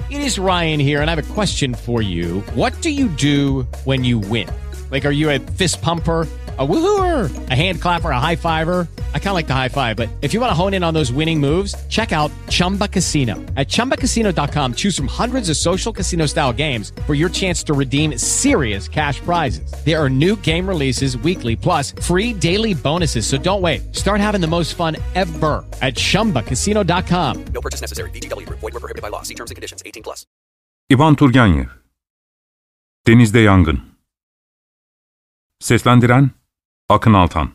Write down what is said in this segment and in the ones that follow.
It is Ryan here, and I have a question for you. What do you do when you win? Like, are you a fist pumper, a woohooer, a hand clapper, a high fiver? I kind of like the high five, but if you want to hone in on those winning moves, check out Chumba Casino. At ChumbaCasino.com, choose from hundreds of social casino-style games for your chance to redeem serious cash prizes. There are new game releases weekly, plus free daily bonuses, so don't wait. Start having the most fun ever at ChumbaCasino.com. No purchase necessary. VGW Group. Void where prohibited by law. See terms and conditions. 18+. İvan Turgenev. Denizde Yangın. Seslendiren Akın Altan.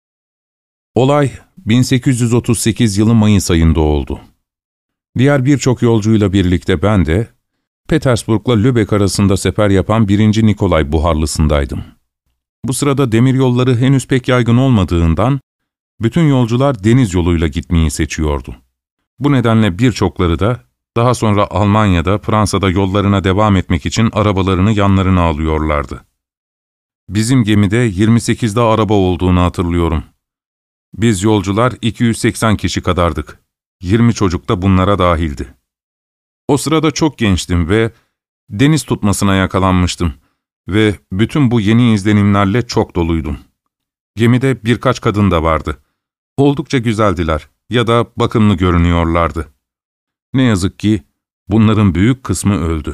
Olay 1838 yılı Mayıs ayında oldu. Diğer birçok yolcuyla birlikte ben de Petersburg'la Lübeck arasında sefer yapan 1. Nikolay buharlısındaydım. Bu sırada demiryolları henüz pek yaygın olmadığından bütün yolcular deniz yoluyla gitmeyi seçiyordu. Bu nedenle birçokları da daha sonra Almanya'da, Fransa'da yollarına devam etmek için arabalarını yanlarına alıyorlardı. Bizim gemide 28'de araba olduğunu hatırlıyorum. Biz yolcular 280 kişi kadardık. 20 çocuk da bunlara dahildi. O sırada çok gençtim ve deniz tutmasına yakalanmıştım ve bütün bu yeni izlenimlerle çok doluydum. Gemide birkaç kadın da vardı. Oldukça güzeldiler ya da bakımlı görünüyorlardı. Ne yazık ki bunların büyük kısmı öldü.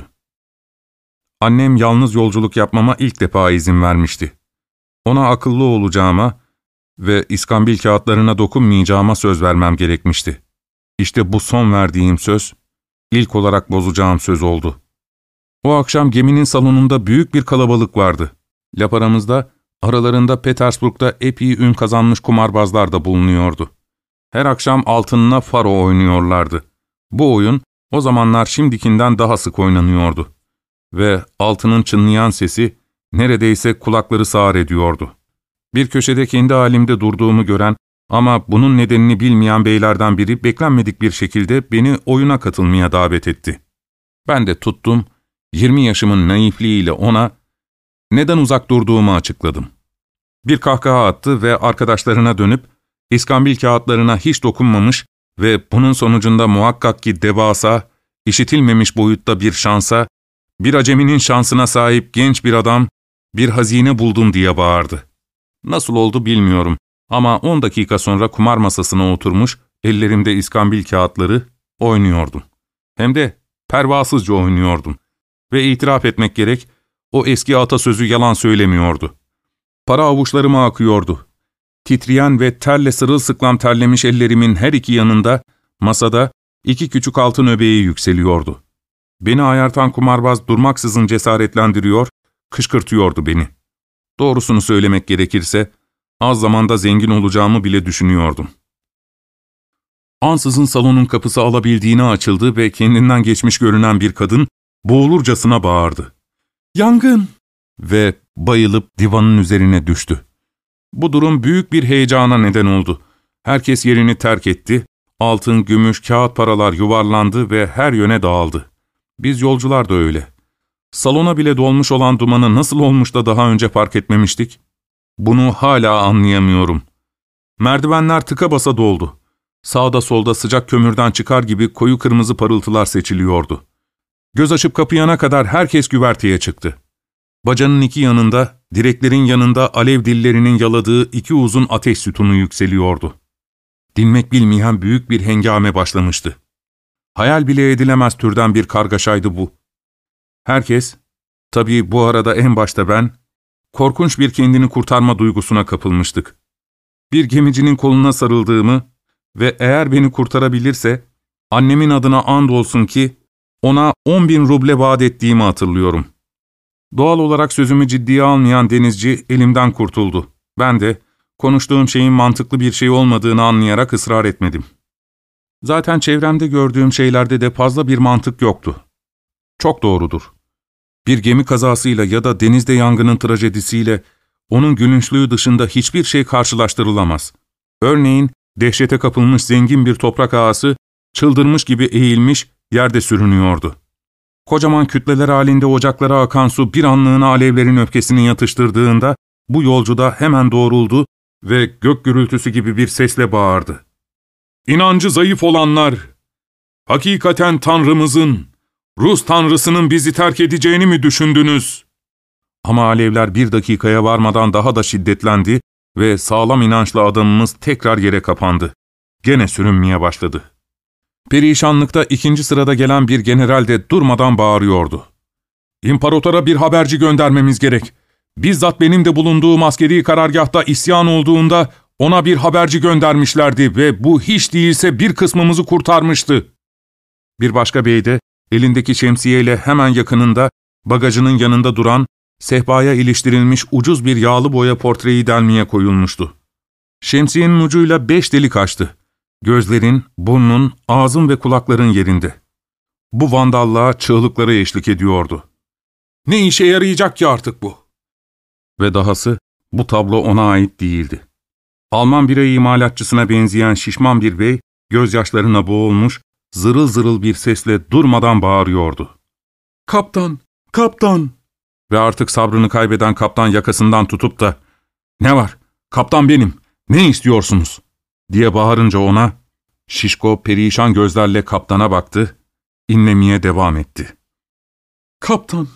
Annem yalnız yolculuk yapmama ilk defa izin vermişti. Ona akıllı olacağıma ve iskambil kağıtlarına dokunmayacağıma söz vermem gerekmişti. İşte bu son verdiğim söz, ilk olarak bozacağım söz oldu. O akşam geminin salonunda büyük bir kalabalık vardı. Laf aramızda, aralarında Petersburg'da epey ün kazanmış kumarbazlar da bulunuyordu. Her akşam altınına faro oynuyorlardı. Bu oyun, o zamanlar şimdikinden daha sık oynanıyordu. Ve altının çınlayan sesi neredeyse kulakları sağır ediyordu. Bir köşede kendi halimde durduğumu gören ama bunun nedenini bilmeyen beylerden biri beklenmedik bir şekilde beni oyuna katılmaya davet etti. Ben de tuttum, 20 yaşımın naifliğiyle ona neden uzak durduğumu açıkladım. Bir kahkaha attı ve arkadaşlarına dönüp iskambil kağıtlarına hiç dokunmamış ve bunun sonucunda muhakkak ki devasa, işitilmemiş boyutta bir şansa, bir aceminin şansına sahip genç bir adam, bir hazine buldum diye bağırdı. Nasıl oldu bilmiyorum ama 10 dakika sonra kumar masasına oturmuş, ellerimde iskambil kağıtları oynuyordum. Hem de pervasızca oynuyordum. Ve itiraf etmek gerek, o eski atasözü yalan söylemiyordu. Para avuçlarıma akıyordu. Titreyen ve terle sırılsıklam terlemiş ellerimin her iki yanında, masada 2 küçük altın öbeği yükseliyordu. Beni ayartan kumarbaz durmaksızın cesaretlendiriyor, kışkırtıyordu beni. Doğrusunu söylemek gerekirse, az zamanda zengin olacağımı bile düşünüyordum. Ansızın salonun kapısı alabildiğine açıldı ve kendinden geçmiş görünen bir kadın boğulurcasına bağırdı. "Yangın!" ve bayılıp divanın üzerine düştü. Bu durum büyük bir heyecana neden oldu. Herkes yerini terk etti, altın, gümüş, kağıt paralar yuvarlandı ve her yöne dağıldı. Biz yolcular da öyle. Salona bile dolmuş olan dumanı nasıl olmuş da daha önce fark etmemiştik? Bunu hala anlayamıyorum. Merdivenler tıka basa doldu. Sağda solda sıcak kömürden çıkar gibi koyu kırmızı parıltılar seçiliyordu. Göz açıp kapayana kadar herkes güverteye çıktı. Bacanın iki yanında, direklerin yanında alev dillerinin yaladığı 2 uzun ateş sütunu yükseliyordu. Dinmek bilmeyen büyük bir hengame başlamıştı. Hayal bile edilemez türden bir kargaşaydı bu. Herkes, tabii bu arada en başta ben, korkunç bir kendini kurtarma duygusuna kapılmıştık. Bir gemicinin koluna sarıldığımı ve eğer beni kurtarabilirse, annemin adına andolsun ki, ona 10.000 ruble vaat ettiğimi hatırlıyorum. Doğal olarak sözümü ciddiye almayan denizci elimden kurtuldu. Ben de, konuştuğum şeyin mantıklı bir şey olmadığını anlayarak ısrar etmedim. Zaten çevremde gördüğüm şeylerde de fazla bir mantık yoktu. Çok doğrudur. Bir gemi kazasıyla ya da denizde yangının trajedisiyle onun gülünçlüğü dışında hiçbir şey karşılaştırılamaz. Örneğin dehşete kapılmış zengin bir toprak ağası çıldırmış gibi eğilmiş yerde sürünüyordu. Kocaman kütleler halinde ocaklara akan su bir anlığına alevlerin öfkesini yatıştırdığında bu yolcu da hemen doğruldu ve gök gürültüsü gibi bir sesle bağırdı. "İnancı zayıf olanlar, hakikaten Tanrımızın, Rus tanrısının bizi terk edeceğini mi düşündünüz? Ama alevler bir dakikaya varmadan daha da şiddetlendi ve sağlam inançlı adamımız tekrar yere kapandı. Gene sürünmeye başladı. Perişanlıkta ikinci sırada gelen bir general de durmadan bağırıyordu. İmparatora bir haberci göndermemiz gerek. Bizzat benim de bulunduğum askeri karargâhta isyan olduğunda ona bir haberci göndermişlerdi ve bu hiç değilse bir kısmımızı kurtarmıştı. Bir başka bey de elindeki şemsiyeyle hemen yakınında, bagajının yanında duran, sehpaya iliştirilmiş ucuz bir yağlı boya portreyi delmeye koyulmuştu. Şemsiyenin ucuyla 5 delik açtı. Gözlerin, burnun, ağzın ve kulakların yerinde. Bu vandallığa çığlıkları eşlik ediyordu. Ne işe yarayacak ki artık bu? Ve dahası bu tablo ona ait değildi. Alman bira imalatçısına benzeyen şişman bir bey, gözyaşlarına boğulmuş, zırıl zırıl bir sesle durmadan bağırıyordu. ''Kaptan! Kaptan!'' Ve artık sabrını kaybeden kaptan yakasından tutup da ''Ne var? Kaptan benim. Ne istiyorsunuz?'' diye bağırınca ona, şişko perişan gözlerle kaptana baktı, inlemeye devam etti. ''Kaptan!''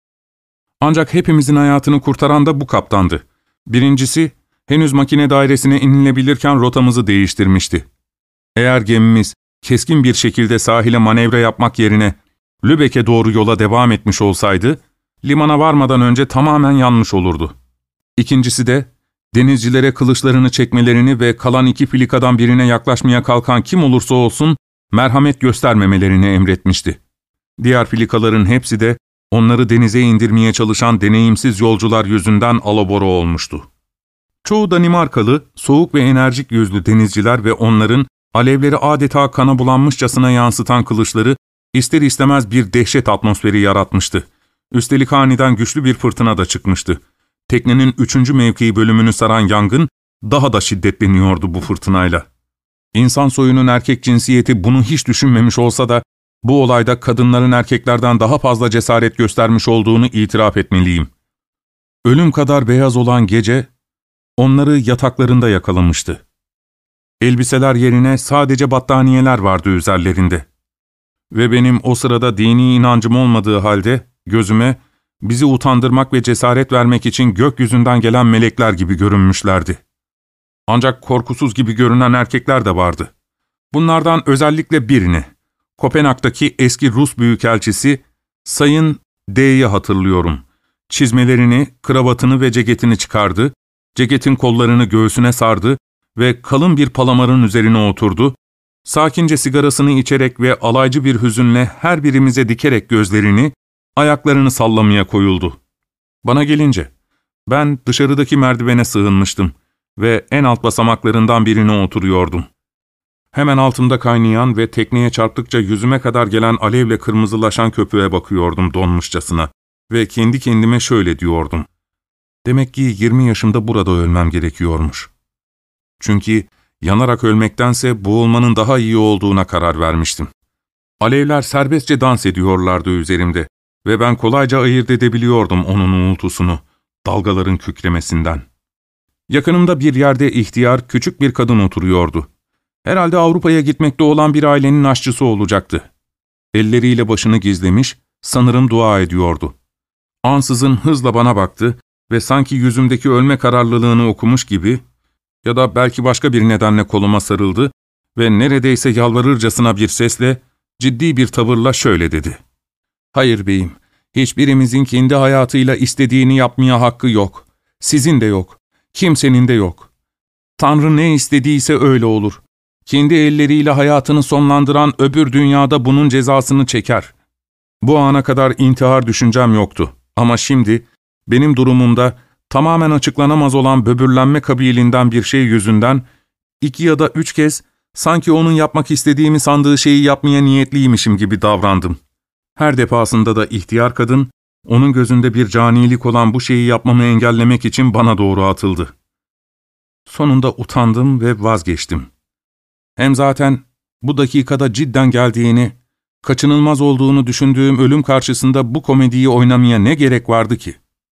Ancak hepimizin hayatını kurtaran da bu kaptandı. Birincisi, henüz makine dairesine inilebilirken rotamızı değiştirmişti. Eğer gemimiz keskin bir şekilde sahile manevra yapmak yerine Lübeck'e doğru yola devam etmiş olsaydı, limana varmadan önce tamamen yanmış olurdu. İkincisi de, denizcilere kılıçlarını çekmelerini ve kalan 2 filikadan birine yaklaşmaya kalkan kim olursa olsun merhamet göstermemelerini emretmişti. Diğer filikaların hepsi de onları denize indirmeye çalışan deneyimsiz yolcular yüzünden alabora olmuştu. Çoğu Danimarkalı, soğuk ve enerjik yüzlü denizciler ve onların alevleri adeta kana bulanmışçasına yansıtan kılıçları ister istemez bir dehşet atmosferi yaratmıştı. Üstelik aniden güçlü bir fırtına da çıkmıştı. Teknenin 3. mevkii bölümünü saran yangın daha da şiddetleniyordu bu fırtınayla. İnsan soyunun erkek cinsiyeti bunu hiç düşünmemiş olsa da bu olayda kadınların erkeklerden daha fazla cesaret göstermiş olduğunu itiraf etmeliyim. Ölüm kadar beyaz olan gece onları yataklarında yakalamıştı. Elbiseler yerine sadece battaniyeler vardı üzerlerinde. Ve benim o sırada dini inancım olmadığı halde gözüme bizi utandırmak ve cesaret vermek için gökyüzünden gelen melekler gibi görünmüşlerdi. Ancak korkusuz gibi görünen erkekler de vardı. Bunlardan özellikle birini, Kopenhag'daki eski Rus büyükelçisi Sayın D'yi hatırlıyorum. Çizmelerini, kravatını ve ceketini çıkardı, ceketin kollarını göğsüne sardı ve kalın bir palamarın üzerine oturdu, sakince sigarasını içerek ve alaycı bir hüzünle her birimize dikerek gözlerini, ayaklarını sallamaya koyuldu. Bana gelince, ben dışarıdaki merdivene sığınmıştım ve en alt basamaklarından birine oturuyordum. Hemen altımda kaynayan ve tekneye çarptıkça yüzüme kadar gelen alevle kırmızılaşan köpüğe bakıyordum donmuşçasına ve kendi kendime şöyle diyordum. Demek ki 20 yaşımda burada ölmem gerekiyormuş. Çünkü yanarak ölmektense boğulmanın daha iyi olduğuna karar vermiştim. Alevler serbestçe dans ediyorlardı üzerimde ve ben kolayca ayırt edebiliyordum onun uğultusunu, dalgaların kükremesinden. Yakınımda bir yerde ihtiyar, küçük bir kadın oturuyordu. Herhalde Avrupa'ya gitmekte olan bir ailenin aşçısı olacaktı. Elleriyle başını gizlemiş, sanırım dua ediyordu. Ansızın hızla bana baktı ve sanki yüzümdeki ölme kararlılığını okumuş gibi ya da belki başka bir nedenle koluma sarıldı ve neredeyse yalvarırcasına bir sesle, ciddi bir tavırla şöyle dedi. ''Hayır beyim, hiçbirimizin kendi hayatıyla istediğini yapmaya hakkı yok. Sizin de yok, kimsenin de yok. Tanrı ne istediyse öyle olur. Kendi elleriyle hayatını sonlandıran öbür dünyada bunun cezasını çeker. Bu ana kadar intihar düşüncem yoktu ama şimdi benim durumumda tamamen açıklanamaz olan böbürlenme kabiliğinden bir şey yüzünden 2 ya da 3 kez sanki onun yapmak istediğimi sandığı şeyi yapmaya niyetliymişim gibi davrandım. Her defasında da ihtiyar kadın, onun gözünde bir canilik olan bu şeyi yapmamı engellemek için bana doğru atıldı. Sonunda utandım ve vazgeçtim. Hem zaten bu dakikada cidden geldiğini, kaçınılmaz olduğunu düşündüğüm ölüm karşısında bu komediyi oynamaya ne gerek vardı ki?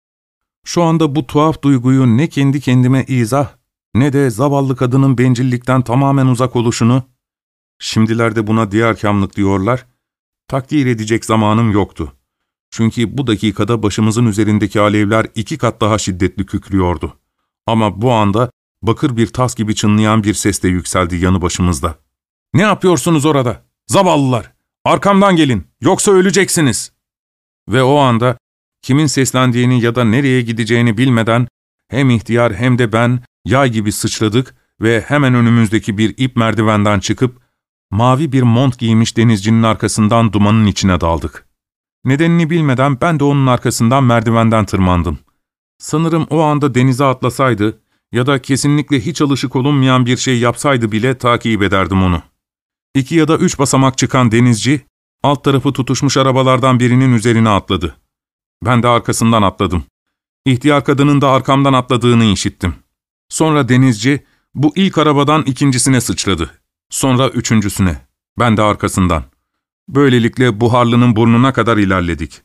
Şu anda bu tuhaf duyguyu ne kendi kendime izah, ne de zavallı kadının bencillikten tamamen uzak oluşunu, şimdilerde buna diyarkamlık diyorlar, Takdir edecek zamanım yoktu. Çünkü bu dakikada başımızın üzerindeki alevler 2 kat daha şiddetli kükrüyordu. Ama bu anda bakır bir tas gibi çınlayan bir ses de yükseldi yanı başımızda. ''Ne yapıyorsunuz orada? Zavallılar! Arkamdan gelin, yoksa öleceksiniz!'' Ve o anda kimin seslendiğini ya da nereye gideceğini bilmeden hem ihtiyar hem de ben yay gibi sıçradık ve hemen önümüzdeki bir ip merdivenden çıkıp mavi bir mont giymiş denizcinin arkasından dumanın içine daldık. Nedenini bilmeden ben de onun arkasından merdivenden tırmandım. Sanırım o anda denize atlasaydı ya da kesinlikle hiç alışık olunmayan bir şey yapsaydı bile takip ederdim onu. 2 ya da 3 basamak çıkan denizci, alt tarafı tutuşmuş arabalardan birinin üzerine atladı. Ben de arkasından atladım. İhtiyar kadının da arkamdan atladığını işittim. Sonra denizci, bu ilk arabadan ikincisine sıçradı. Sonra üçüncüsüne. Ben de arkasından. Böylelikle buharlının burnuna kadar ilerledik.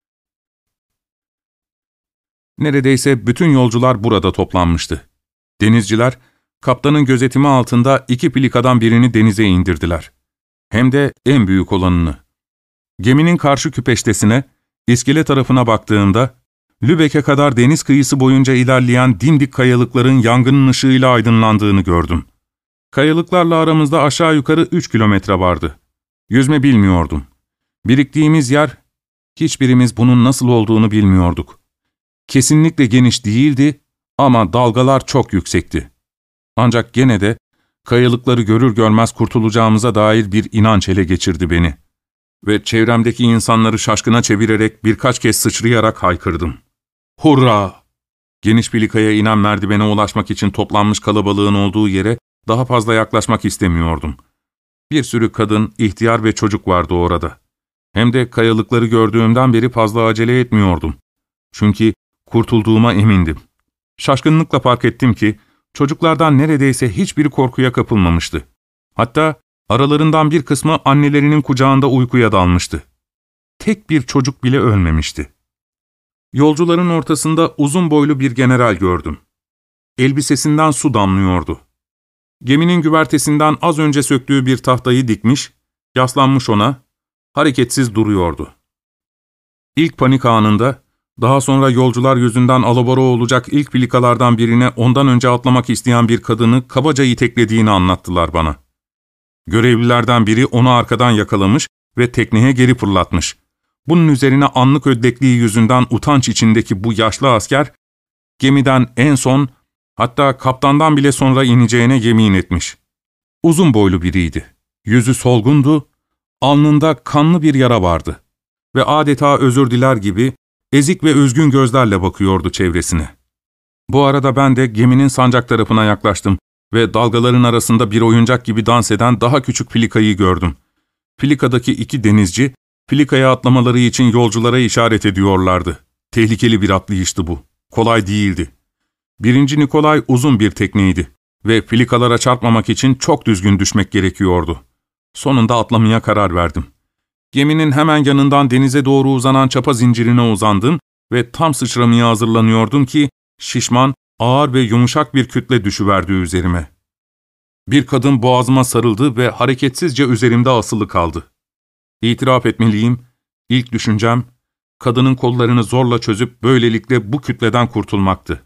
Neredeyse bütün yolcular burada toplanmıştı. Denizciler, kaptanın gözetimi altında 2 pilikadan birini denize indirdiler. Hem de en büyük olanını. Geminin karşı küpeştesine, iskele tarafına baktığımda, Lübeck'e kadar deniz kıyısı boyunca ilerleyen dimdik kayalıkların yangının ışığıyla aydınlandığını gördüm. Kayalıklarla aramızda aşağı yukarı 3 kilometre vardı. Yüzme bilmiyordum. Biriktiğimiz yer, hiçbirimiz bunun nasıl olduğunu bilmiyorduk. Kesinlikle geniş değildi ama dalgalar çok yüksekti. Ancak gene de kayalıkları görür görmez kurtulacağımıza dair bir inanç ele geçirdi beni. Ve çevremdeki insanları şaşkına çevirerek birkaç kez sıçrayarak haykırdım. Hurra! Geniş pilikaya inen merdivene ulaşmak için toplanmış kalabalığın olduğu yere daha fazla yaklaşmak istemiyordum. Bir sürü kadın, ihtiyar ve çocuk vardı orada. Hem de kayalıkları gördüğümden beri fazla acele etmiyordum. Çünkü kurtulduğuma emindim. Şaşkınlıkla fark ettim ki çocuklardan neredeyse hiçbiri korkuya kapılmamıştı. Hatta aralarından bir kısmı annelerinin kucağında uykuya dalmıştı. Tek bir çocuk bile ölmemişti. Yolcuların ortasında uzun boylu bir general gördüm. Elbisesinden su damlıyordu. Geminin güvertesinden az önce söktüğü bir tahtayı dikmiş, yaslanmış ona, hareketsiz duruyordu. İlk panik anında, daha sonra yolcular yüzünden alabora olacak ilk filikalardan birine ondan önce atlamak isteyen bir kadını kabaca iteklediğini anlattılar bana. Görevlilerden biri onu arkadan yakalamış ve tekneye geri fırlatmış. Bunun üzerine anlık ödlekliği yüzünden utanç içindeki bu yaşlı asker, gemiden en son, hatta kaptandan bile sonra ineceğine yemin etmiş. Uzun boylu biriydi. Yüzü solgundu, alnında kanlı bir yara vardı ve adeta özür diler gibi ezik ve üzgün gözlerle bakıyordu çevresine. Bu arada ben de geminin sancak tarafına yaklaştım ve dalgaların arasında bir oyuncak gibi dans eden daha küçük filikayı gördüm. Filikadaki 2 denizci, filikaya atlamaları için yolculara işaret ediyorlardı. Tehlikeli bir atlayıştı bu. Kolay değildi. 1. Nikolay uzun bir tekneydi ve filikalara çarpmamak için çok düzgün düşmek gerekiyordu. Sonunda atlamaya karar verdim. Geminin hemen yanından denize doğru uzanan çapa zincirine uzandım ve tam sıçramaya hazırlanıyordum ki şişman, ağır ve yumuşak bir kütle düşüverdi üzerime. Bir kadın boğazıma sarıldı ve hareketsizce üzerimde asılı kaldı. İtiraf etmeliyim, ilk düşüncem, kadının kollarını zorla çözüp böylelikle bu kütleden kurtulmaktı.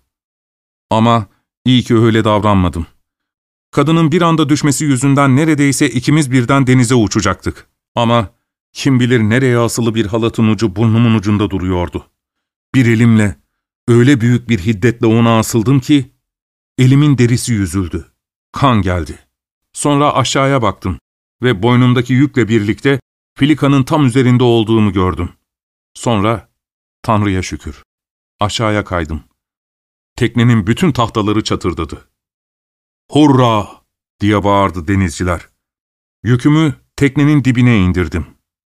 Ama iyi ki öyle davranmadım. Kadının bir anda düşmesi yüzünden neredeyse ikimiz birden denize uçacaktık. Ama kim bilir nereye asılı bir halatın ucu burnumun ucunda duruyordu. Bir elimle, öyle büyük bir hiddetle ona asıldım ki, elimin derisi yüzüldü. Kan geldi. Sonra aşağıya baktım ve boynumdaki yükle birlikte filikanın tam üzerinde olduğumu gördüm. Sonra, Tanrı'ya şükür, aşağıya kaydım. Teknenin bütün tahtaları çatırdadı. ''Hurra!'' diye bağırdı denizciler. Yükümü teknenin dibine indirdim.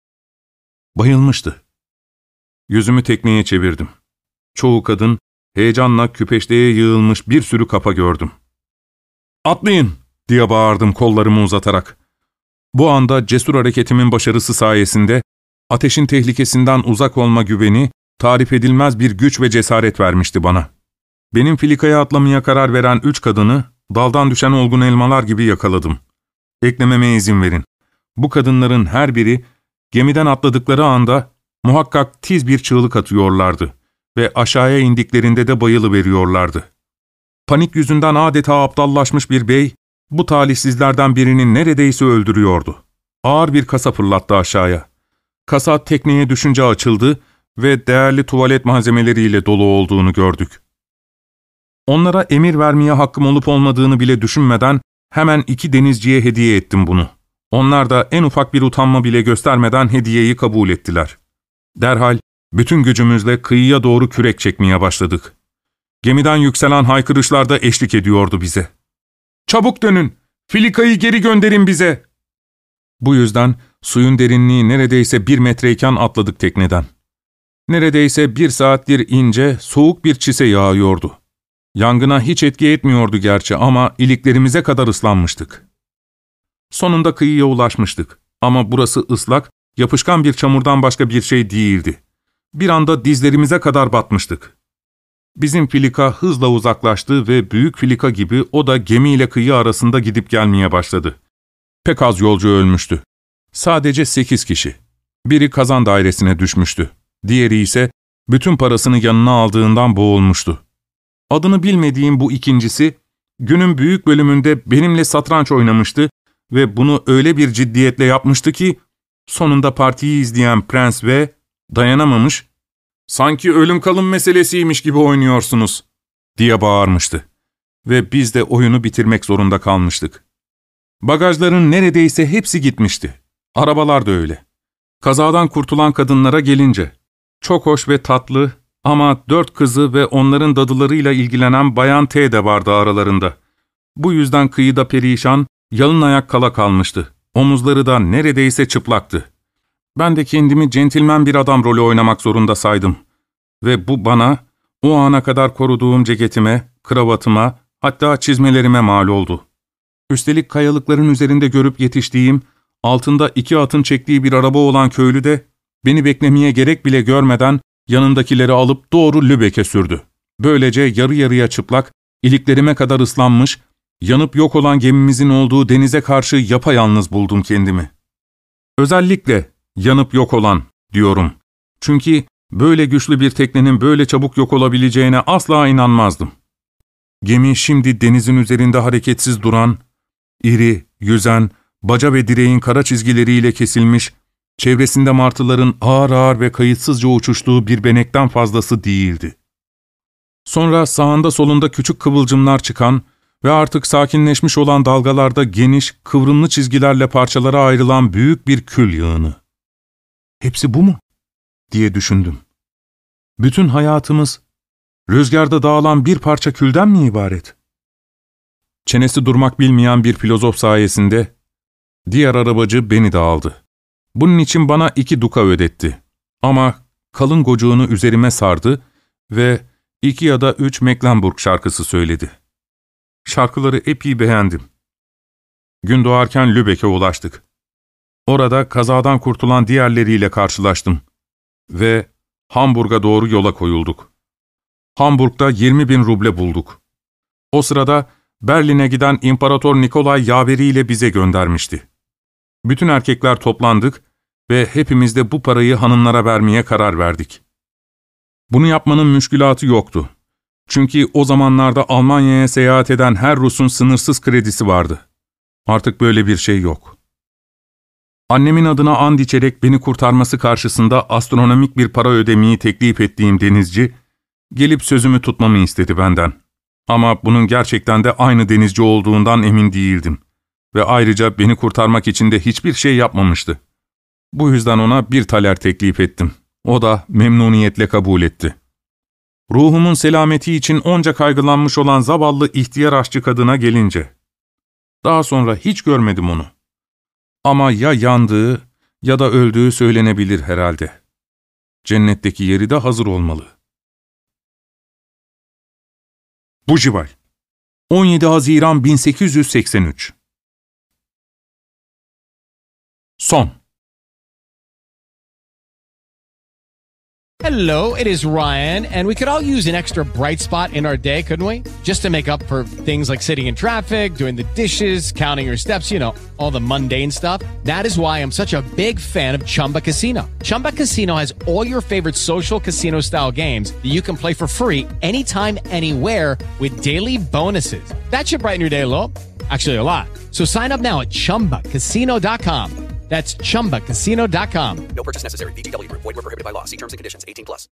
Bayılmıştı. Yüzümü tekneye çevirdim. Çoğu kadın, heyecanla küpeşteye yığılmış bir sürü kafa gördüm. ''Atlayın!'' diye bağırdım kollarımı uzatarak. Bu anda cesur hareketimin başarısı sayesinde, ateşin tehlikesinden uzak olma güveni, tarif edilmez bir güç ve cesaret vermişti bana. Benim filikaya atlamaya karar veren 3 kadını, daldan düşen olgun elmalar gibi yakaladım. Eklememe izin verin. Bu kadınların her biri, Gemiden atladıkları anda muhakkak tiz bir çığlık atıyorlardı ve aşağıya indiklerinde de bayılıveriyorlardı. Panik yüzünden adeta aptallaşmış bir bey, bu talihsizlerden birini neredeyse öldürüyordu. Ağır bir kasa fırlattı aşağıya. Kasa tekneye düşünce açıldı ve değerli tuvalet malzemeleriyle dolu olduğunu gördük. Onlara emir vermeye hakkım olup olmadığını bile düşünmeden hemen 2 denizciye hediye ettim bunu. Onlar da en ufak bir utanma bile göstermeden hediyeyi kabul ettiler. Derhal bütün gücümüzle kıyıya doğru kürek çekmeye başladık. Gemiden yükselen haykırışlar da eşlik ediyordu bize. ''Çabuk dönün! Filikayı geri gönderin bize!'' Bu yüzden suyun derinliği neredeyse 1 metreyken atladık tekneden. Neredeyse 1 saattir ince, soğuk bir çise yağıyordu. Yangına hiç etki etmiyordu gerçi ama iliklerimize kadar ıslanmıştık. Sonunda kıyıya ulaşmıştık ama burası ıslak, yapışkan bir çamurdan başka bir şey değildi. Bir anda dizlerimize kadar batmıştık. Bizim filika hızla uzaklaştı ve büyük filika gibi o da gemiyle kıyı arasında gidip gelmeye başladı. Pek az yolcu ölmüştü. Sadece 8 kişi. Biri kazan dairesine düşmüştü. Diğeri ise bütün parasını yanına aldığından boğulmuştu. Adını bilmediğim bu ikincisi, günün büyük bölümünde benimle satranç oynamıştı ve bunu öyle bir ciddiyetle yapmıştı ki, sonunda partiyi izleyen Prens V dayanamamış, ''Sanki ölüm kalım meselesiymiş gibi oynuyorsunuz.'' diye bağırmıştı. Ve biz de oyunu bitirmek zorunda kalmıştık. Bagajların neredeyse hepsi gitmişti. Arabalar da öyle. Kazadan kurtulan kadınlara gelince, çok hoş ve tatlı ama 4 kızı ve onların dadılarıyla ilgilenen Bayan T de vardı aralarında. Bu yüzden kıyıda perişan, yalın ayak kala kalmıştı. Omuzları da neredeyse çıplaktı. Ben de kendimi centilmen bir adam rolü oynamak zorunda saydım. Ve bu bana, o ana kadar koruduğum ceketime, kravatıma, hatta çizmelerime mal oldu. Üstelik kayalıkların üzerinde görüp yetiştiğim, altında 2 atın çektiği bir araba olan köylü de, beni beklemeye gerek bile görmeden yanındakileri alıp doğru Lübeck'e sürdü. Böylece yarı yarıya çıplak, iliklerime kadar ıslanmış, yanıp yok olan gemimizin olduğu denize karşı yapayalnız buldum kendimi. Özellikle yanıp yok olan diyorum. Çünkü böyle güçlü bir teknenin böyle çabuk yok olabileceğine asla inanmazdım. Gemi şimdi denizin üzerinde hareketsiz duran, iri, yüzen, baca ve direğin kara çizgileriyle kesilmiş, çevresinde martıların ağır ağır ve kayıtsızca uçuştuğu bir benekten fazlası değildi. Sonra sağında solunda küçük kıvılcımlar çıkan ve artık sakinleşmiş olan dalgalarda geniş, kıvrımlı çizgilerle parçalara ayrılan büyük bir kül yığını. ''Hepsi bu mu?'' diye düşündüm. Bütün hayatımız, rüzgarda dağılan bir parça külden mi ibaret? Çenesi durmak bilmeyen bir filozof sayesinde, diğer arabacı beni de aldı. Bunun için bana 2 duka ödetti. Ama kalın gocuğunu üzerime sardı ve 2 ya da 3 Mecklenburg şarkısı söyledi. Şarkıları epey beğendim. Gün doğarken Lübeck'e ulaştık. Orada kazadan kurtulan diğerleriyle karşılaştım. Ve Hamburg'a doğru yola koyulduk. Hamburg'da 20.000 ruble bulduk. O sırada Berlin'e giden İmparator Nikolay yaveriyle bize göndermişti. Bütün erkekler toplandık ve hepimiz de bu parayı hanımlara vermeye karar verdik. Bunu yapmanın müşkülatı yoktu. Çünkü o zamanlarda Almanya'ya seyahat eden her Rus'un sınırsız kredisi vardı. Artık böyle bir şey yok. Annemin adına and içerek beni kurtarması karşısında astronomik bir para ödemeyi teklif ettiğim denizci, gelip sözümü tutmamı istedi benden. Ama bunun gerçekten de aynı denizci olduğundan emin değildim. Ve ayrıca beni kurtarmak için de hiçbir şey yapmamıştı. Bu yüzden ona 1 taler teklif ettim. O da memnuniyetle kabul etti. Ruhumun selameti için onca kaygılanmış olan zavallı ihtiyar aşçı kadına gelince, daha sonra hiç görmedim onu. Ama ya yandığı ya da öldüğü söylenebilir herhalde. Cennetteki yeri de hazır olmalı. Bougival 17 Haziran 1883 Son Hello, it is Ryan, and we could all use an extra bright spot in our day, couldn't we? Just to make up for things like sitting in traffic, doing the dishes, counting your steps, you know, all the mundane stuff. That is why I'm such a big fan of Chumba Casino. Chumba Casino has all your favorite social casino-style games that you can play for free anytime, anywhere with daily bonuses. That should brighten your day a little. Actually, a lot. So sign up now at ChumbaCasino.com. That's ChumbaCasino.com. No purchase necessary. VGW Group. Void where prohibited by law. See terms and conditions. 18+.